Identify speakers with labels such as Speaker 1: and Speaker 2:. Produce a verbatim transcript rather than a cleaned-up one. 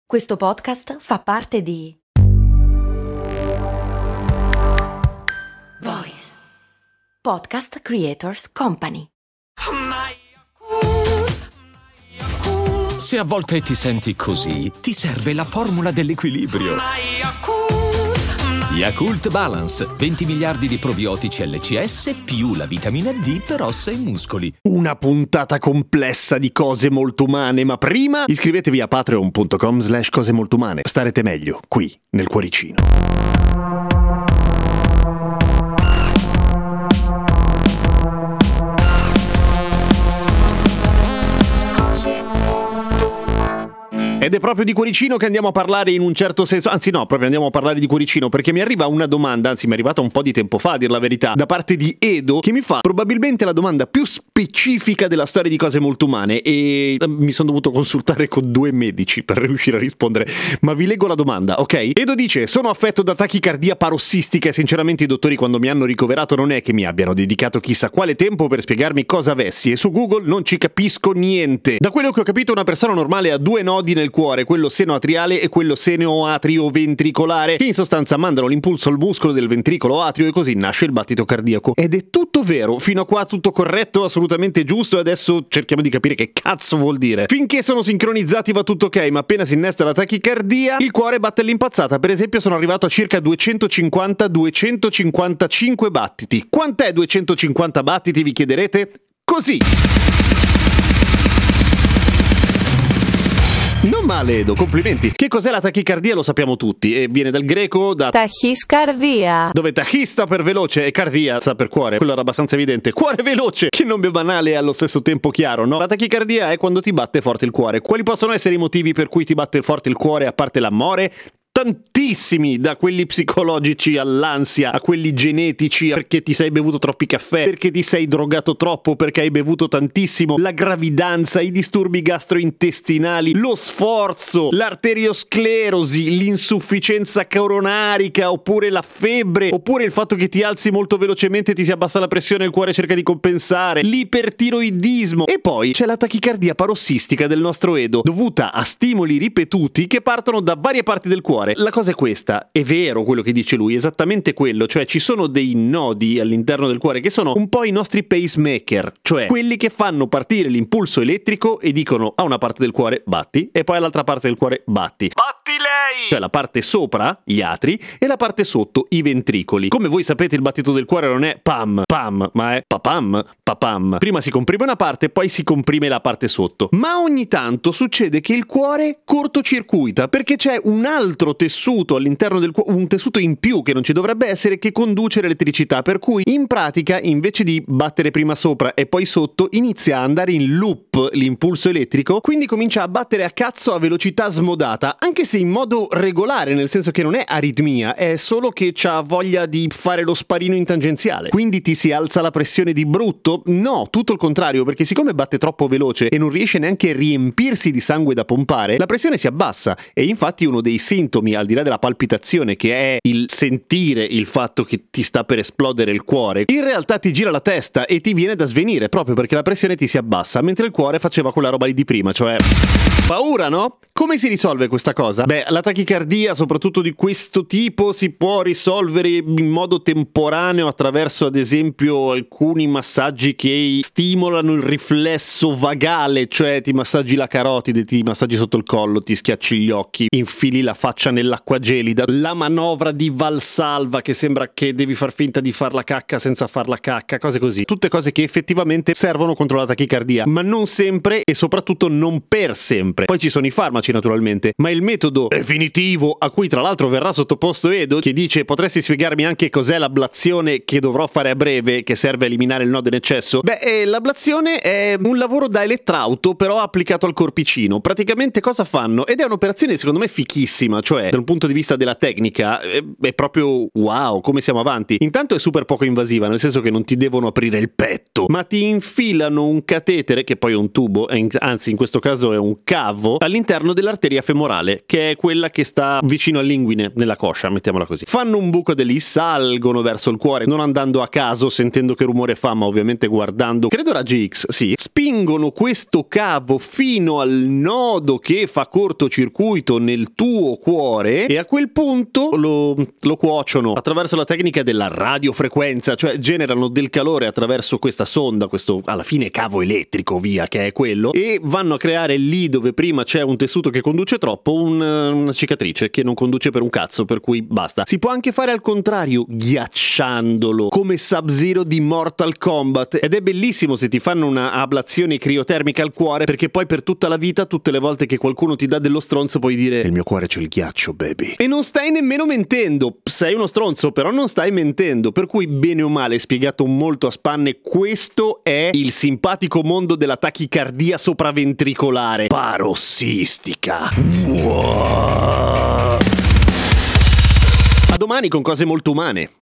Speaker 1: Questo podcast fa parte di Voice Podcast Creators Company.
Speaker 2: Se a volte ti senti così, ti serve la formula dell'equilibrio. Yakult Balance, venti miliardi di probiotici L C S più la vitamina D per ossa e muscoli.
Speaker 3: Una puntata complessa di cose molto umane, ma prima iscrivetevi a patreon punto com slash cose molto umane. Starete meglio qui, nel cuoricino. Ed è proprio di cuoricino che andiamo a parlare in un certo senso, anzi no, proprio andiamo a parlare di cuoricino perché mi arriva una domanda, anzi mi è arrivata un po' di tempo fa a dir la verità, da parte di Edo, che mi fa probabilmente la domanda più specifica della storia di cose molto umane e mi sono dovuto consultare con due medici per riuscire a rispondere, ma vi leggo la domanda, ok? Edo dice: sono affetto da tachicardia parossistica e sinceramente i dottori quando mi hanno ricoverato non è che mi abbiano dedicato chissà quale tempo per spiegarmi cosa avessi e su Google non ci capisco niente. Da quello che ho capito una persona normale ha due nodi nel cuore, quello seno-atriale e quello seno-atrio-ventricolare, che in sostanza mandano l'impulso al muscolo del ventricolo atrio e così nasce il battito cardiaco. Ed è tutto vero, fino a qua tutto corretto, assolutamente giusto, e adesso cerchiamo di capire che cazzo vuol dire. Finché sono sincronizzati va tutto ok, ma appena si innesta la tachicardia, il cuore batte all'impazzata. Per esempio sono arrivato a circa duecentocinquanta duecentocinquantacinque battiti. Quant'è duecentocinquanta battiti, vi chiederete? Così! Non male, Edo, complimenti. Che cos'è la tachicardia lo sappiamo tutti e viene dal greco da
Speaker 4: tachiscardia,
Speaker 3: dove tachis sta per veloce e cardia sta per cuore. Quello era abbastanza evidente. Cuore veloce, che nome banale e allo stesso tempo chiaro, no? La tachicardia è quando ti batte forte il cuore. Quali possono essere i motivi per cui ti batte forte il cuore a parte l'amore? Tantissimi, da quelli psicologici all'ansia, a quelli genetici, perché ti sei bevuto troppi caffè, perché ti sei drogato troppo, perché hai bevuto tantissimo, la gravidanza, i disturbi gastrointestinali, lo sforzo, l'arteriosclerosi, l'insufficienza coronarica, oppure la febbre, oppure il fatto che ti alzi molto velocemente, ti si abbassa la pressione e il cuore cerca di compensare, l'ipertiroidismo. E poi c'è la tachicardia parossistica del nostro Edo, dovuta a stimoli ripetuti che partono da varie parti del cuore. La cosa è questa, è vero quello che dice lui, esattamente quello, cioè ci sono dei nodi all'interno del cuore che sono un po' i nostri pacemaker, cioè quelli che fanno partire l'impulso elettrico e dicono a una parte del cuore batti e poi all'altra parte del cuore batti. Batti lei! Cioè la parte sopra, gli atri, e la parte sotto, i ventricoli. Come voi sapete il battito del cuore non è pam, pam, ma è papam, papam. Prima si comprime una parte, poi si comprime la parte sotto. Ma ogni tanto succede che il cuore cortocircuita perché c'è un altro tessuto all'interno del cuore, un tessuto in più che non ci dovrebbe essere, che conduce l'elettricità, per cui in pratica invece di battere prima sopra e poi sotto inizia a andare in loop l'impulso elettrico, quindi comincia a battere a cazzo a velocità smodata, anche se in modo regolare, nel senso che non è aritmia, è solo che c'ha voglia di fare lo sparino in tangenziale. Quindi ti si alza la pressione di brutto? No, tutto il contrario, perché siccome batte troppo veloce e non riesce neanche a riempirsi di sangue da pompare, la pressione si abbassa e infatti uno dei sintomi, al di là della palpitazione, che è il sentire il fatto che ti sta per esplodere il cuore, in realtà ti gira la testa e ti viene da svenire proprio perché la pressione ti si abbassa, mentre il cuore faceva quella roba lì di prima, cioè paura, no? Come si risolve questa cosa? Beh, la tachicardia, soprattutto di questo tipo, si può risolvere in modo temporaneo attraverso, ad esempio, alcuni massaggi che stimolano il riflesso vagale, cioè ti massaggi la carotide, ti massaggi sotto il collo, ti schiacci gli occhi, infili la faccia nell'acqua gelida, la manovra di Valsalva che sembra che devi far finta di far la cacca senza far la cacca, cose così. Tutte cose che effettivamente servono contro la tachicardia, ma non sempre e soprattutto non per sempre. Poi ci sono i farmaci naturalmente, ma il metodo definitivo a cui tra l'altro verrà sottoposto Edo, che dice: potresti spiegarmi anche cos'è l'ablazione che dovrò fare a breve, che serve a eliminare il nodo in eccesso? Beh, eh, l'ablazione è un lavoro da elettrauto però applicato al corpicino. Praticamente cosa fanno? Ed è un'operazione secondo me fichissima, cioè dal punto di vista della tecnica è, è proprio wow, come siamo avanti. Intanto è super poco invasiva, nel senso che non ti devono aprire il petto, ma ti infilano un catetere, che poi è un tubo, anzi in questo caso è un cavo, all'interno dell'arteria femorale, che è quella che sta vicino all'inguine, nella coscia, mettiamola così. Fanno un buco da lì, salgono verso il cuore, non andando a caso, sentendo che rumore fa, ma ovviamente guardando, credo raggi X, sì. Spingono questo cavo fino al nodo che fa cortocircuito nel tuo cuore e a quel punto lo, lo cuociono attraverso la tecnica della radiofrequenza, cioè generano del calore attraverso questa sonda, questo alla fine cavo elettrico, via, che è quello, e vanno a creare lì dove prima c'è un tessuto che conduce troppo un, una cicatrice che non conduce per un cazzo, per cui basta. Si può anche fare al contrario, ghiacciandolo, come Sub-Zero di Mortal Kombat, ed è bellissimo se ti fanno una ablazione criotermica al cuore, perché poi per tutta la vita, tutte le volte che qualcuno ti dà dello stronzo, puoi dire il mio cuore c'è il ghiaccio, baby. E non stai nemmeno mentendo, sei uno stronzo, però non stai mentendo, per cui bene o male, spiegato molto a spanne, questo è il simpatico mondo della tachicardia sopraventricolare parossistica. Wow. A domani con cose molto umane.